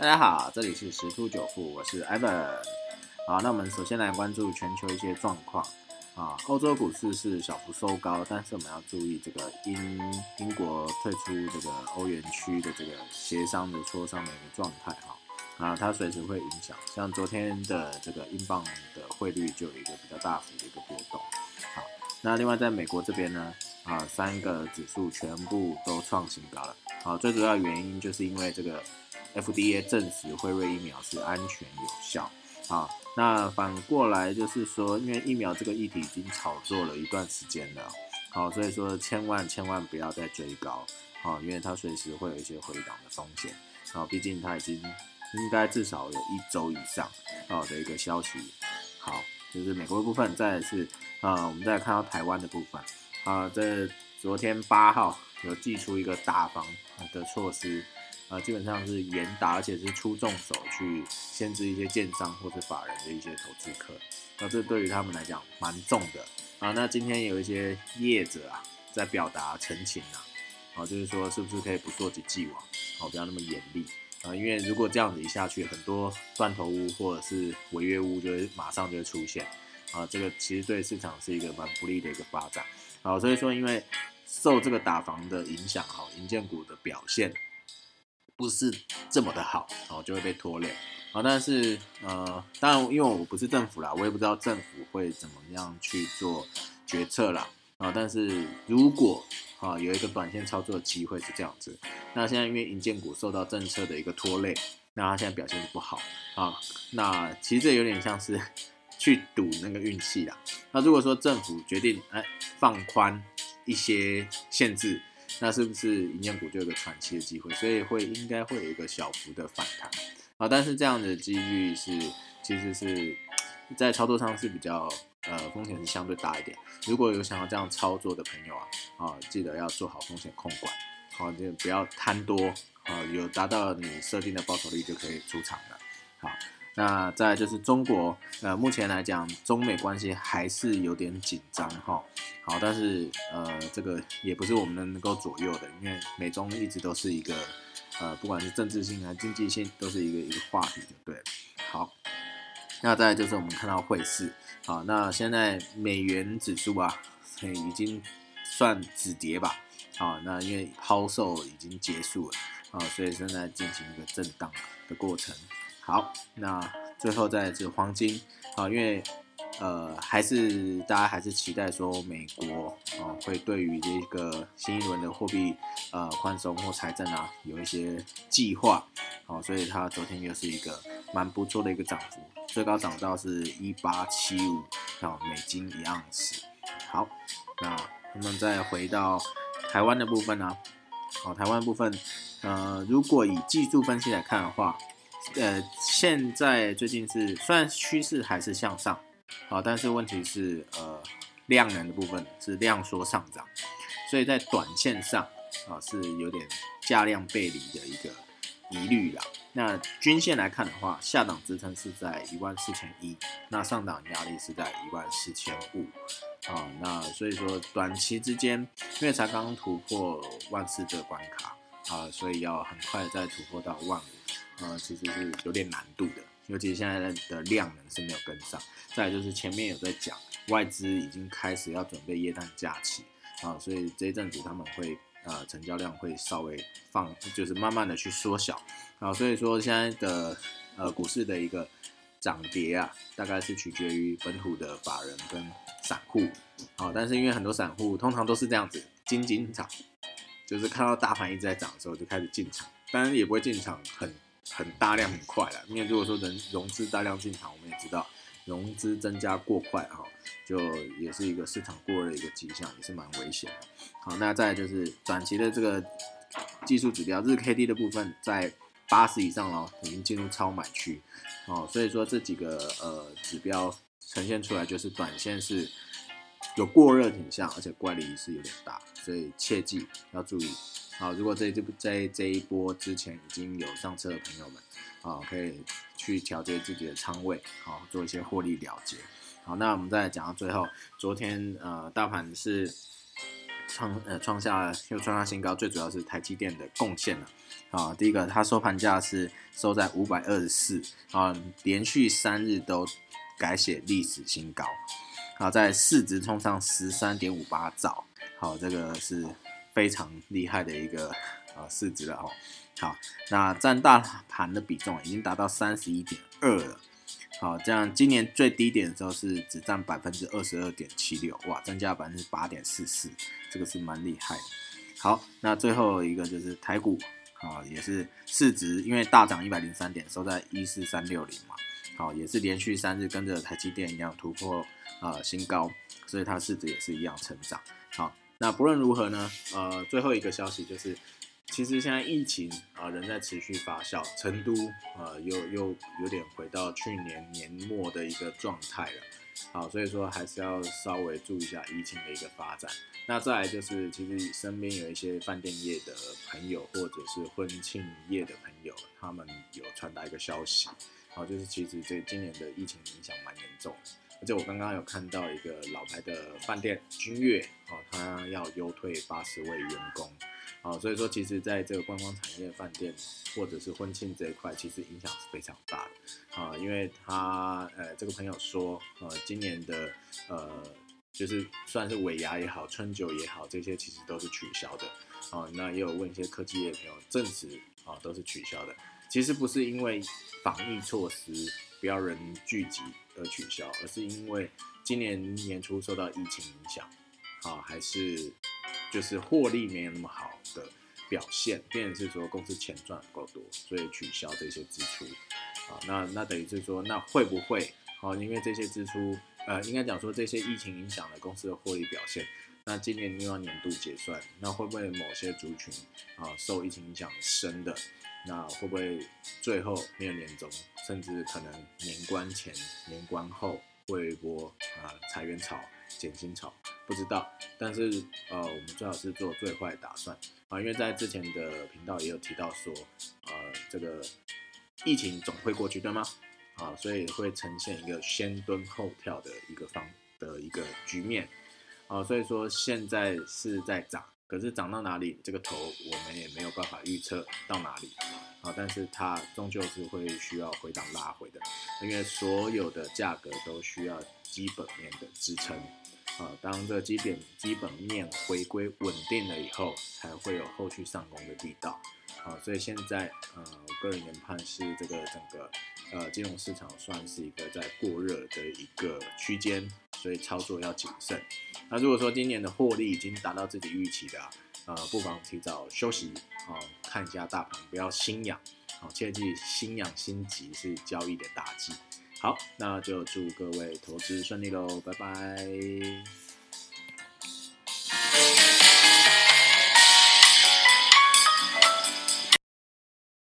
大家好，这里是十突九富，我是 Ivan。好，那我们首先来关注全球一些状况。欧洲股市是小幅收高，但是我们要注意这个英国退出这个欧元区的这个协商的磋商的一个状态它随时会影响。像昨天的这个英镑的汇率就有一个比较大幅的一个波动。好，那另外在美国这边呢，3个指数全部都创新高了。最主要的原因就是因为这个 FDA 证实辉瑞疫苗是安全有效。那反过来就是说，因为疫苗这个议题已经炒作了一段时间了，所以说千万不要再追高，因为它随时会有一些回档的风险，毕竟它已经应该至少有1周以上的一个消息。好，就是美国的部分，再来是我们再来看到台湾的部分这昨天8号有祭出一个打房的措施。基本上是严打，而且是出重手去限制一些建商或是法人的一些投资客。那这对于他们来讲蛮重的那今天有一些业者在表达陈情就是说是不是可以不溯及既往不要那么严厉因为如果这样子一下去，很多断头屋或者是违约屋就会马上就会出现这个其实对市场是一个蛮不利的一个发展所以说因为受这个打房的影响营建股的表现不是这么的好就会被拖累但是当然因为我不是政府啦，我也不知道政府会怎么样去做决策啦但是如果有一个短线操作的机会是这样子，那现在因为营建股受到政策的一个拖累，那它现在表现不好那其实这有点像是去赌那个运气啦。那如果说政府决定放宽一些限制，那是不是营建股就有个喘息的机会？所以应该会有一个小幅的反弹但是这样的几率其实是在操作上是比较风险是相对大一点。如果有想要这样操作的朋友记得要做好风险控管就不要贪多有达到你设定的报酬率就可以出场了。好，那再来就是中国目前来讲中美关系还是有点紧张好，但是这个也不是我们能够左右的，因为美中一直都是一个不管是政治性还是经济性都是一个话题就对了。好，那再来就是我们看到汇市那现在美元指数已经算止跌吧那因为抛售已经结束了所以正在进行一个震荡的过程。好，那最后再来是黄金因为大家还是期待说美国会对于这个新一轮的货币宽松或财政有一些计划所以它昨天又是一个蛮不错的一个涨幅，最高涨到是1875美金1盎司。好，那我们再回到台湾的部分台湾部分如果以技术分析来看的话现在最近是虽然趋势还是向上但是问题是量能的部分是量缩上涨，所以在短线上是有点价量背离的一个疑虑啦。那均线来看的话，下档支撑是在14100，那上档压力是在14500那所以说短期之间因为才刚突破14000这个关卡所以要很快再突破到15000其实是有点难度的，尤其现在的量能是没有跟上。再来就是前面有在讲外资已经开始要准备耶诞假期所以这一阵子他们会成交量会稍微就是慢慢的去缩小所以说现在的股市的一个涨跌大概是取决于本土的法人跟散户但是因为很多散户通常都是这样子进场，就是看到大盘一直在涨的时候就开始进场，当然也不会进场很大量很快啦，因为如果说融资大量进场，我们也知道融资增加过快就也是一个市场过热的一个迹象，也是蛮危险的。好，那再来就是短期的这个技术指标，日 KD 的部分在80以上已经进入超买区所以说这几个指标呈现出来就是短线是有过热倾向，而且乖离是有点大，所以切记要注意如果在这一波之前已经有上车的朋友们可以去调节自己的仓位做一些获利了结。好，那我们再来讲到最后，昨天大盘是创下新高，最主要是台积电的贡献了。第一个它收盘价是收在524，连续3日都改写历史新高。在市值冲上13.58兆，这个是非常厉害的一个市值了哦。好，那占大盘的比重已经达到31.2%了。好，这样今年最低点的时候是只占22.76%，哇，增加8.44%，这个是蛮厉害的。好，那最后一个就是台股，也是市值因为大涨103点，收在14360嘛，好，也是连续3日跟着台积电一样突破新高，所以它市值也是一样成长。好，那不论如何呢，最后一个消息就是。其实现在疫情仍在持续发酵，成都又有点回到去年年末的一个状态了，好，所以说还是要稍微注意一下疫情的一个发展。那再来就是，其实身边有一些饭店业的朋友或者是婚庆业的朋友，他们有传达一个消息，好，就是其实这今年的疫情影响蛮严重的。而且我刚刚有看到一个老牌的饭店君悦，他要优退80位员工。所以说其实在这个观光产业、饭店或者是婚庆这一块，其实影响是非常大的因为他这个朋友说今年的就是算是尾牙也好、春酒也好，这些其实都是取消的那也有问一些科技业朋友证实都是取消的。其实不是因为防疫措施不要人聚集而取消，而是因为今年年初受到疫情影响还是就是获利没有那么好的表现，变成是说公司钱赚不够多，所以取消这些支出那等于是说，那会不会因为这些支出应该讲说这些疫情影响了公司的获利表现，那今年又要年度结算，那会不会某些族群受疫情影响深的，那会不会最后没有年终，甚至可能年关前、年关后会有一波裁员潮、减薪潮？不知道，但是我们最好是做最坏打算因为在之前的频道也有提到说这个疫情总会过去，对吗？所以会呈现一个先蹲后跳的一个局面所以说现在是在涨，可是涨到哪里，这个头我们也没有办法预测到哪里但是它终究是会需要回档拉回的，因为所有的价格都需要基本面的支撑当这个基本面回归稳定了以后，才会有后续上攻的力道所以现在我个人研判是这个整个金融市场算是一个在过热的一个区间，所以操作要谨慎。那如果说今年的获利已经达到自己预期的不妨提早休息看一下大盘，不要心痒切记心痒心急是交易的大忌。好，那就祝各位投资顺利喽，拜拜。